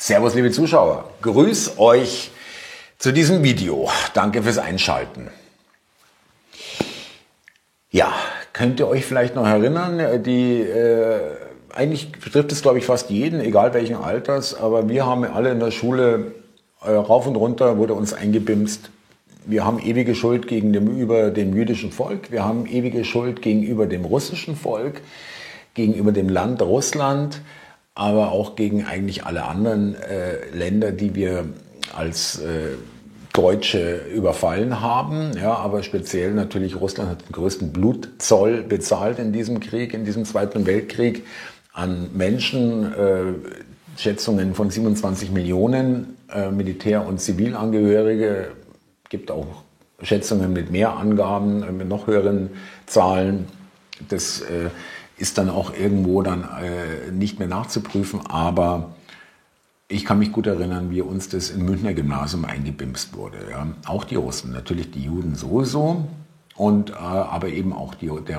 Servus, liebe Zuschauer. Grüß euch zu diesem Video. Danke fürs Einschalten. Ja, könnt ihr euch vielleicht noch erinnern, eigentlich betrifft es, glaube ich, fast jeden, egal welchen Alters, aber wir haben alle in der Schule rauf und runter wurde uns eingebimst. Wir haben ewige Schuld gegenüber dem jüdischen Volk, wir haben ewige Schuld gegenüber dem russischen Volk, gegenüber dem Land Russland, aber auch gegen eigentlich alle anderen Länder, die wir als Deutsche überfallen haben. Ja, aber speziell natürlich Russland hat den größten Blutzoll bezahlt in diesem Krieg, in diesem Zweiten Weltkrieg an Menschen, Schätzungen von 27 Millionen Militär- und Zivilangehörige. Gibt auch Schätzungen mit mehr Angaben, mit noch höheren Zahlen. Das ist dann auch irgendwo dann nicht mehr nachzuprüfen, aber ich kann mich gut erinnern, wie uns das im Münchner Gymnasium eingebimst wurde. Ja. Auch die Russen, natürlich die Juden sowieso, und aber eben auch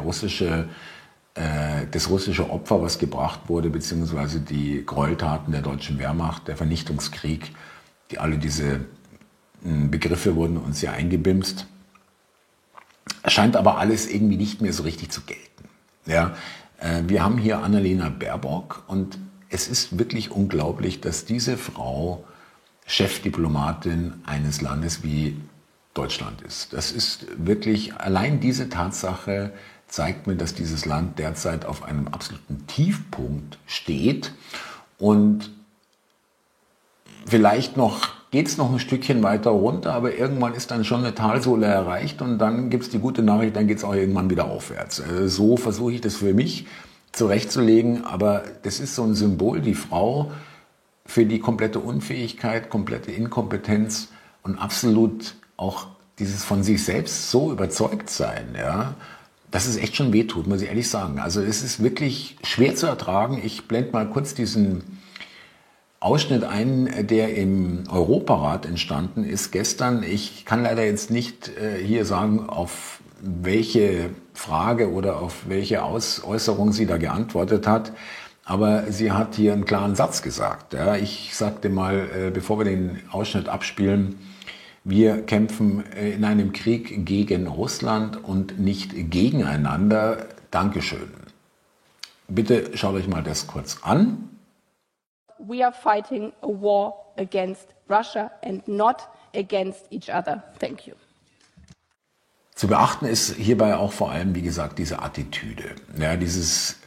das russische Opfer, was gebracht wurde, beziehungsweise die Gräueltaten der deutschen Wehrmacht, der Vernichtungskrieg, alle diese Begriffe wurden uns ja eingebimst. Scheint aber alles irgendwie nicht mehr so richtig zu gelten. Ja. Wir haben hier Annalena Baerbock und es ist wirklich unglaublich, dass diese Frau Chefdiplomatin eines Landes wie Deutschland ist. Das ist wirklich, allein diese Tatsache zeigt mir, dass dieses Land derzeit auf einem absoluten Tiefpunkt steht und vielleicht geht es noch ein Stückchen weiter runter, aber irgendwann ist dann schon eine Talsohle erreicht und dann gibt es die gute Nachricht, dann geht es auch irgendwann wieder aufwärts. So versuche ich das für mich zurechtzulegen, aber das ist so ein Symbol, die Frau für die komplette Unfähigkeit, komplette Inkompetenz und absolut auch dieses von sich selbst so überzeugt sein, ja, dass es echt schon wehtut, muss ich ehrlich sagen. Also es ist wirklich schwer zu ertragen. Ich blende mal kurz diesen Ausschnitt ein, der im Europarat entstanden ist gestern. Ich kann leider jetzt nicht hier sagen, auf welche Frage oder auf welche Äußerung sie da geantwortet hat, aber sie hat hier einen klaren Satz gesagt. Ja, ich sagte mal, bevor wir den Ausschnitt abspielen, wir kämpfen in einem Krieg gegen Russland und nicht gegeneinander. Dankeschön. Bitte schaut euch mal das kurz an. We are fighting a war against Russia and not against each other. Thank you. Zu beachten ist hierbei auch vor allem, wie gesagt, diese Attitüde. Ja, ich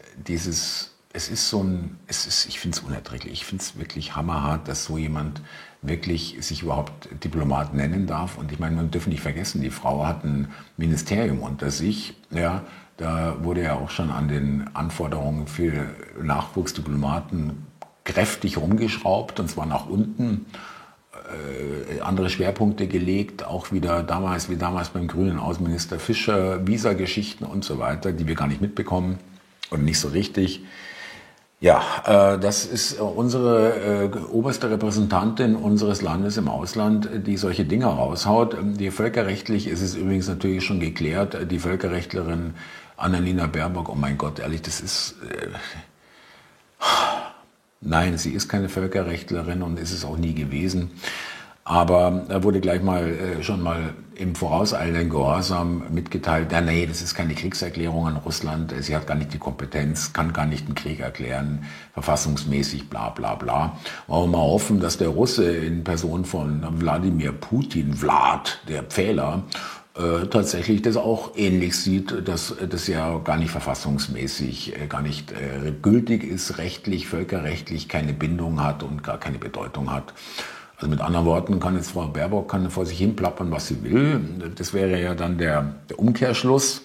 finde es unerträglich. Ich finde es wirklich hammerhart, dass so jemand wirklich sich überhaupt Diplomat nennen darf. Und ich meine, man darf nicht vergessen, die Frau hat ein Ministerium unter sich. Ja, da wurde ja auch schon an den Anforderungen für Nachwuchsdiplomaten kräftig rumgeschraubt, und zwar nach unten. Andere Schwerpunkte gelegt, auch wieder wie damals beim grünen Außenminister Fischer, Visa-Geschichten und so weiter, die wir gar nicht mitbekommen und nicht so richtig. Ja, das ist unsere oberste Repräsentantin unseres Landes im Ausland, die solche Dinge raushaut. Völkerrechtlich ist es übrigens natürlich schon geklärt, die Völkerrechtlerin Annalena Baerbock, oh mein Gott, ehrlich, das ist... Nein, sie ist keine Völkerrechtlerin und ist es auch nie gewesen. Aber da wurde gleich schon mal im vorauseilenden Gehorsam mitgeteilt, nee, das ist keine Kriegserklärung an Russland, sie hat gar nicht die Kompetenz, kann gar nicht einen Krieg erklären, verfassungsmäßig, bla bla bla. Wollen wir mal hoffen, dass der Russe in Person von Wladimir Putin, Vlad, der Pfähler, tatsächlich das auch ähnlich sieht, dass das ja gar nicht verfassungsmäßig, gar nicht gültig ist, rechtlich, völkerrechtlich keine Bindung hat und gar keine Bedeutung hat. Also mit anderen Worten kann jetzt Frau Baerbock vor sich hin plappern, was sie will. Das wäre ja dann der Umkehrschluss.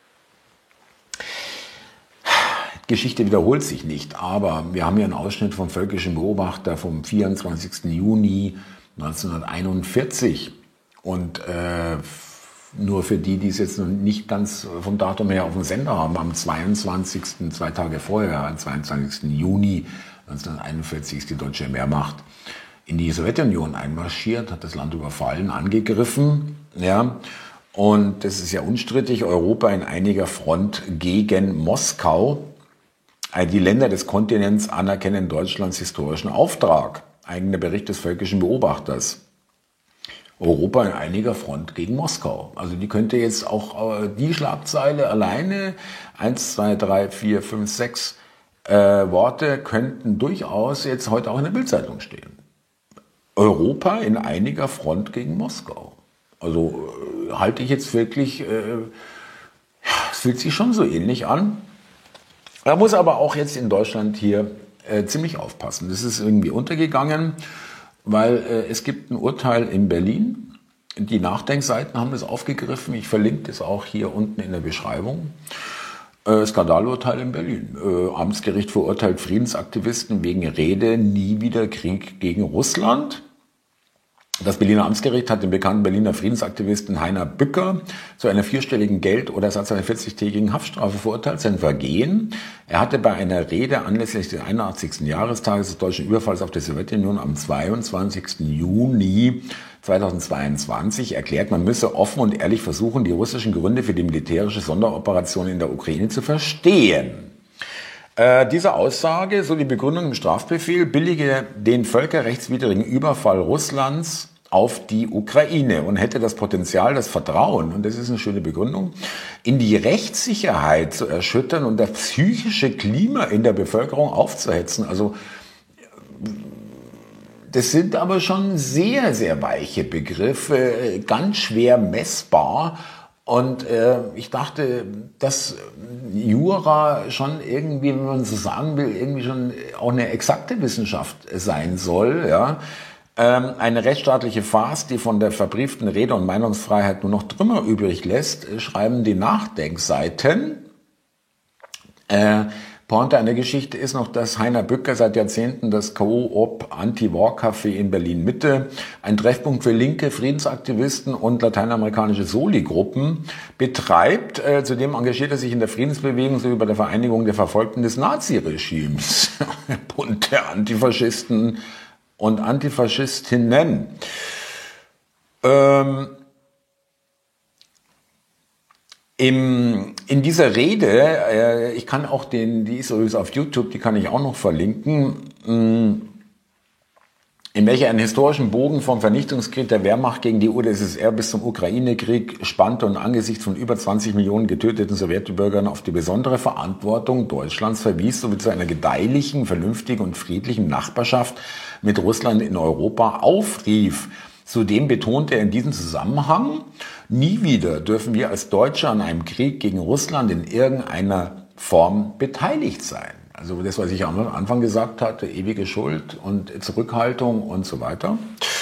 Die Geschichte wiederholt sich nicht, aber wir haben hier einen Ausschnitt vom Völkischen Beobachter vom 24. Juni 1941 und nur für die es jetzt noch nicht ganz vom Datum her auf dem Sender haben, am 22., 2 Tage vorher, am 22. Juni 1941 ist die deutsche Wehrmacht in die Sowjetunion einmarschiert, hat das Land überfallen, angegriffen. Ja, und das ist ja unstrittig, Europa in einiger Front gegen Moskau. Die Länder des Kontinents anerkennen Deutschlands historischen Auftrag eigener Bericht des Völkischen Beobachters. Europa in einiger Front gegen Moskau. Also die könnte jetzt auch die Schlagzeile alleine, 1, 2, 3, 4, 5, 6 Worte könnten durchaus jetzt heute auch in der Bild-Zeitung stehen. Europa in einiger Front gegen Moskau. Also halte ich jetzt wirklich, es fühlt sich schon so ähnlich an. Man muss aber auch jetzt in Deutschland hier ziemlich aufpassen. Das ist irgendwie untergegangen, weil es gibt ein Urteil in Berlin. Die Nachdenkseiten haben das aufgegriffen. Ich verlinke das auch hier unten in der Beschreibung. Skandalurteil in Berlin. Amtsgericht verurteilt Friedensaktivisten wegen Rede nie wieder Krieg gegen Russland. Das Berliner Amtsgericht hat den bekannten Berliner Friedensaktivisten Heiner Bücker zu einer 4-stelligen Geld- oder Satz einer 40-tägigen Haftstrafe verurteilt. Sein Vergehen: Er hatte bei einer Rede anlässlich des 81. Jahrestages des deutschen Überfalls auf die Sowjetunion am 22. Juni 2022 erklärt, man müsse offen und ehrlich versuchen, die russischen Gründe für die militärische Sonderoperation in der Ukraine zu verstehen. Diese Aussage, so die Begründung im Strafbefehl, billige den völkerrechtswidrigen Überfall Russlands auf die Ukraine und hätte das Potenzial, das Vertrauen, und das ist eine schöne Begründung, in die Rechtssicherheit zu erschüttern und das psychische Klima in der Bevölkerung aufzuhetzen. Also das sind aber schon sehr, sehr weiche Begriffe, ganz schwer messbar. Und ich dachte, dass Jura schon irgendwie, wenn man so sagen will, irgendwie schon auch eine exakte Wissenschaft sein soll. Ja? Eine rechtsstaatliche Farce, die von der verbrieften Rede- und Meinungsfreiheit nur noch Trümmer übrig lässt, schreiben die Nachdenkseiten. Pointe an der Geschichte ist noch, dass Heiner Bücker seit Jahrzehnten das Coop Anti-War-Café in Berlin-Mitte, ein Treffpunkt für linke Friedensaktivisten und lateinamerikanische Soli-Gruppen, betreibt. Zudem engagiert er sich in der Friedensbewegung sowie bei der Vereinigung der Verfolgten des Naziregimes. Bund der Antifaschisten und Antifaschistinnen. In dieser Rede, ich kann auch die ist übrigens auf YouTube, die kann ich auch noch verlinken, in welcher einen historischen Bogen vom Vernichtungskrieg der Wehrmacht gegen die UdSSR bis zum Ukraine-Krieg spannte und angesichts von über 20 Millionen getöteten Sowjetbürgern auf die besondere Verantwortung Deutschlands verwies, sowie zu einer gedeihlichen, vernünftigen und friedlichen Nachbarschaft mit Russland in Europa aufrief. Zudem betonte er in diesem Zusammenhang, nie wieder dürfen wir als Deutsche an einem Krieg gegen Russland in irgendeiner Form beteiligt sein. Also das, was ich am Anfang gesagt hatte, ewige Schuld und Zurückhaltung und so weiter.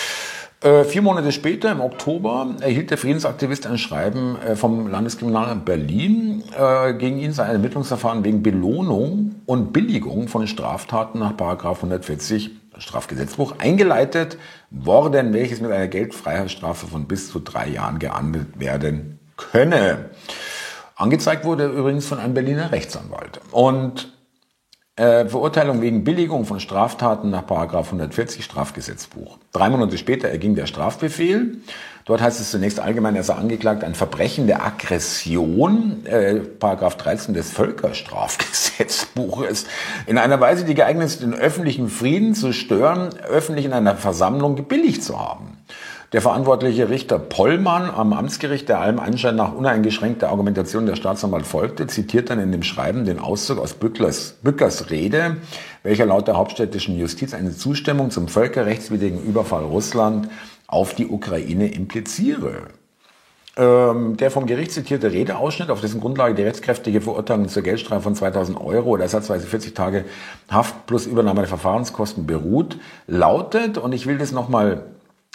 4 Monate später, im Oktober, erhielt der Friedensaktivist ein Schreiben vom Landeskriminalamt Berlin. Gegen ihn sei ein Ermittlungsverfahren wegen Belohnung und Billigung von Straftaten nach § 140 Strafgesetzbuch eingeleitet worden, welches mit einer Geldfreiheitsstrafe von bis zu 3 Jahren geahndet werden könne. Angezeigt wurde übrigens von einem Berliner Rechtsanwalt. Und Verurteilung wegen Billigung von Straftaten nach § 140 Strafgesetzbuch. 3 Monate später erging der Strafbefehl. Dort heißt es zunächst allgemein, er sei angeklagt, ein Verbrechen der Aggression, § 13 des Völkerstrafgesetzbuches, in einer Weise, die geeignet ist, den öffentlichen Frieden zu stören, öffentlich in einer Versammlung gebilligt zu haben. Der verantwortliche Richter Pollmann am Amtsgericht, der allem Anschein nach uneingeschränkter Argumentation der Staatsanwalt folgte, zitiert dann in dem Schreiben den Auszug aus Bückers Rede, welcher laut der hauptstädtischen Justiz eine Zustimmung zum völkerrechtswidrigen Überfall Russland auf die Ukraine impliziere. Der vom Gericht zitierte Redeausschnitt, auf dessen Grundlage die rechtskräftige Verurteilung zur Geldstrafe von 2.000 € oder ersatzweise 40 Tage Haft plus Übernahme der Verfahrenskosten beruht, lautet, und ich will das nochmal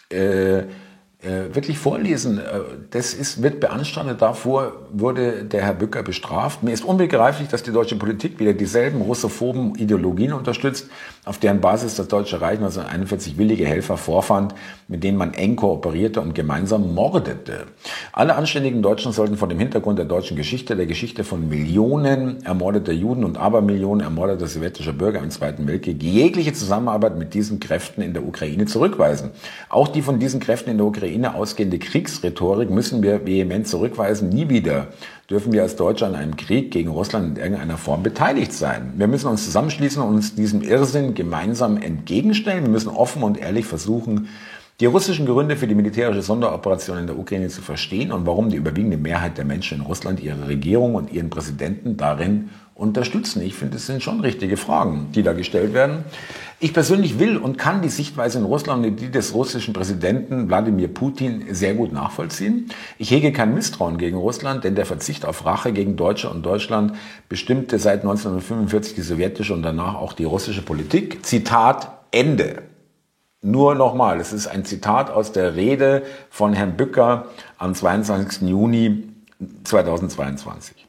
wirklich vorlesen. Wird beanstandet, davor wurde der Herr Bücker bestraft. Mir ist unbegreiflich, dass die deutsche Politik wieder dieselben russophoben Ideologien unterstützt, auf deren Basis das Deutsche Reich 1941 willige Helfer vorfand, mit denen man eng kooperierte und gemeinsam mordete. Alle anständigen Deutschen sollten vor dem Hintergrund der deutschen Geschichte, der Geschichte von Millionen ermordeter Juden und Abermillionen ermordeter sowjetischer Bürger im Zweiten Weltkrieg jegliche Zusammenarbeit mit diesen Kräften in der Ukraine zurückweisen. Auch die von diesen Kräften in der Ukraine Ukraine ausgehende Kriegsrhetorik müssen wir vehement zurückweisen. Nie wieder dürfen wir als Deutschland an einem Krieg gegen Russland in irgendeiner Form beteiligt sein. Wir müssen uns zusammenschließen und uns diesem Irrsinn gemeinsam entgegenstellen. Wir müssen offen und ehrlich versuchen, die russischen Gründe für die militärische Sonderoperation in der Ukraine zu verstehen und warum die überwiegende Mehrheit der Menschen in Russland ihre Regierung und ihren Präsidenten darin unterstützen. Ich finde, es sind schon richtige Fragen, die da gestellt werden. Ich persönlich will und kann die Sichtweise in Russland und die des russischen Präsidenten Wladimir Putin sehr gut nachvollziehen. Ich hege kein Misstrauen gegen Russland, denn der Verzicht auf Rache gegen Deutsche und Deutschland bestimmte seit 1945 die sowjetische und danach auch die russische Politik. Zitat Ende. Nur nochmal, es ist ein Zitat aus der Rede von Herrn Bücker am 22. Juni 2022.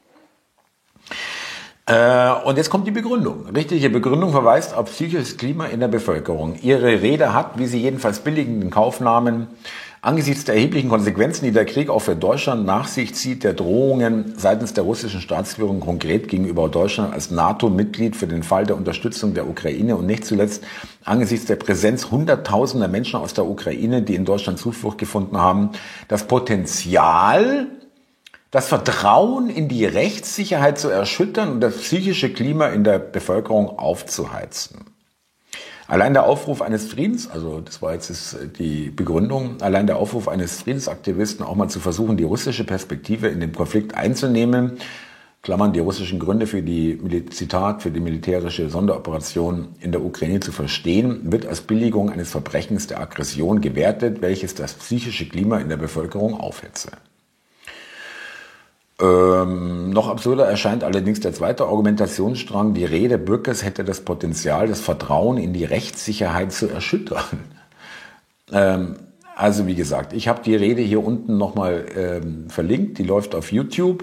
Und jetzt kommt die Begründung. Richtige Begründung verweist auf psychisches Klima in der Bevölkerung. Ihre Rede hat, wie sie jedenfalls billigend in Kauf nahmen, angesichts der erheblichen Konsequenzen, die der Krieg auch für Deutschland nach sich zieht, der Drohungen seitens der russischen Staatsführung konkret gegenüber Deutschland als NATO-Mitglied für den Fall der Unterstützung der Ukraine und nicht zuletzt angesichts der Präsenz hunderttausender Menschen aus der Ukraine, die in Deutschland Zuflucht gefunden haben, das Potenzial, das Vertrauen in die Rechtssicherheit zu erschüttern und das psychische Klima in der Bevölkerung aufzuheizen. Allein der Aufruf eines Friedens, also das war jetzt die Begründung, allein der Aufruf eines Friedensaktivisten auch mal zu versuchen, die russische Perspektive in den Konflikt einzunehmen, Klammern, die russischen Gründe für die, Zitat, für die militärische Sonderoperation in der Ukraine zu verstehen, wird als Billigung eines Verbrechens der Aggression gewertet, welches das psychische Klima in der Bevölkerung aufhetze. Noch absurder erscheint allerdings der zweite Argumentationsstrang. Die Rede Bürgers hätte das Potenzial, das Vertrauen in die Rechtssicherheit zu erschüttern. Also wie gesagt, ich habe die Rede hier unten nochmal verlinkt. Die läuft auf YouTube.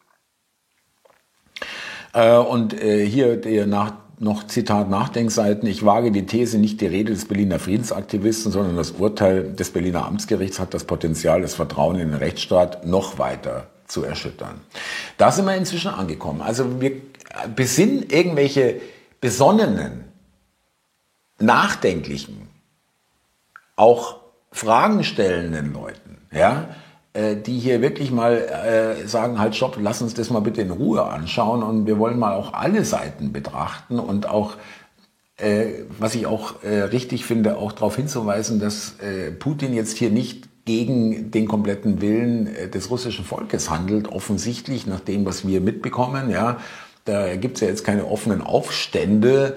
Und hier noch Zitat Nachdenkseiten. Ich wage die These, nicht die Rede des Berliner Friedensaktivisten, sondern das Urteil des Berliner Amtsgerichts hat das Potenzial, das Vertrauen in den Rechtsstaat noch weiter zu erschüttern. Da sind wir inzwischen angekommen. Also wir besinnen irgendwelche besonnenen, nachdenklichen, auch Fragen stellenden Leuten, ja, die hier wirklich mal sagen, halt stopp, lass uns das mal bitte in Ruhe anschauen und wir wollen mal auch alle Seiten betrachten und auch, was ich auch richtig finde, auch darauf hinzuweisen, dass Putin jetzt hier nicht gegen den kompletten Willen des russischen Volkes handelt, offensichtlich nach dem, was wir mitbekommen. Ja, da gibt es ja jetzt keine offenen Aufstände,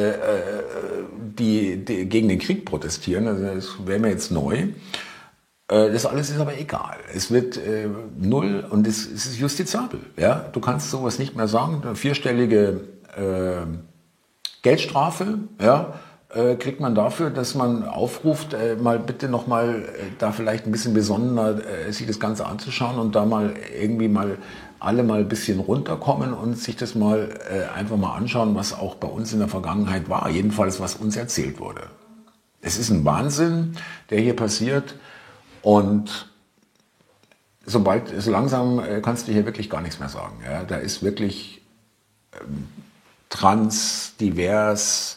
die gegen den Krieg protestieren. Also das wäre mir jetzt neu. Das alles ist aber egal. Es wird null und es ist justizabel. Ja, du kannst sowas nicht mehr sagen. Eine 4-stellige Geldstrafe, ja, kriegt man dafür, dass man aufruft, mal bitte nochmal da vielleicht ein bisschen besonderer sich das Ganze anzuschauen und da mal irgendwie mal alle mal ein bisschen runterkommen und sich das mal einfach mal anschauen, was auch bei uns in der Vergangenheit war, jedenfalls was uns erzählt wurde. Es ist ein Wahnsinn, der hier passiert und so langsam kannst du hier wirklich gar nichts mehr sagen. Ja? Da ist wirklich trans, divers,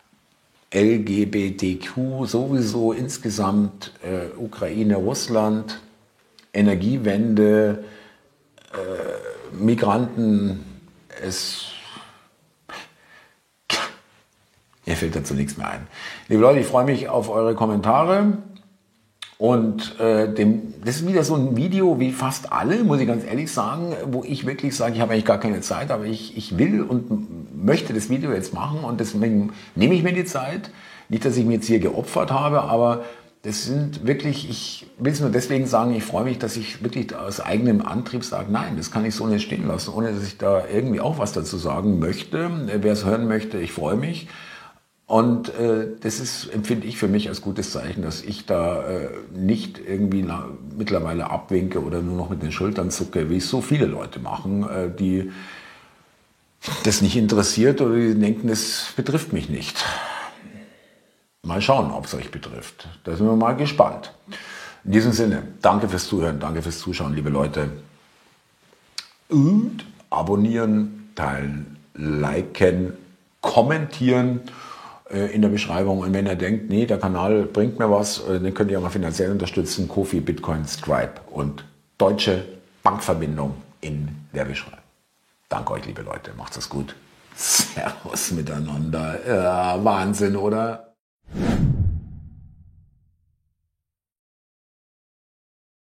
LGBTQ, sowieso insgesamt Ukraine, Russland, Energiewende, Migranten, mir fällt dazu nichts mehr ein. Liebe Leute, ich freue mich auf eure Kommentare und das ist wieder so ein Video wie fast alle, muss ich ganz ehrlich sagen, wo ich wirklich sage, ich habe eigentlich gar keine Zeit, aber ich will und möchte das Video jetzt machen und deswegen nehme ich mir die Zeit. Nicht, dass ich mir jetzt hier geopfert habe, aber das sind wirklich, ich will es nur deswegen sagen, ich freue mich, dass ich wirklich aus eigenem Antrieb sage, nein, das kann ich so nicht stehen lassen, ohne dass ich da irgendwie auch was dazu sagen möchte. Wer es hören möchte, ich freue mich. Und das empfinde ich für mich als gutes Zeichen, dass ich da nicht irgendwie mittlerweile abwinke oder nur noch mit den Schultern zucke, wie es so viele Leute machen, die das nicht interessiert oder die denken, das betrifft mich nicht. Mal schauen, ob es euch betrifft. Da sind wir mal gespannt. In diesem Sinne, danke fürs Zuhören, danke fürs Zuschauen, liebe Leute. Und abonnieren, teilen, liken, kommentieren. in der Beschreibung. Und wenn ihr denkt, nee, der Kanal bringt mir was, dann könnt ihr auch mal finanziell unterstützen. Ko-fi, Bitcoin, Stripe und deutsche Bankverbindung in der Beschreibung. Danke euch, liebe Leute. Macht's es gut. Servus miteinander. Ja, Wahnsinn, oder?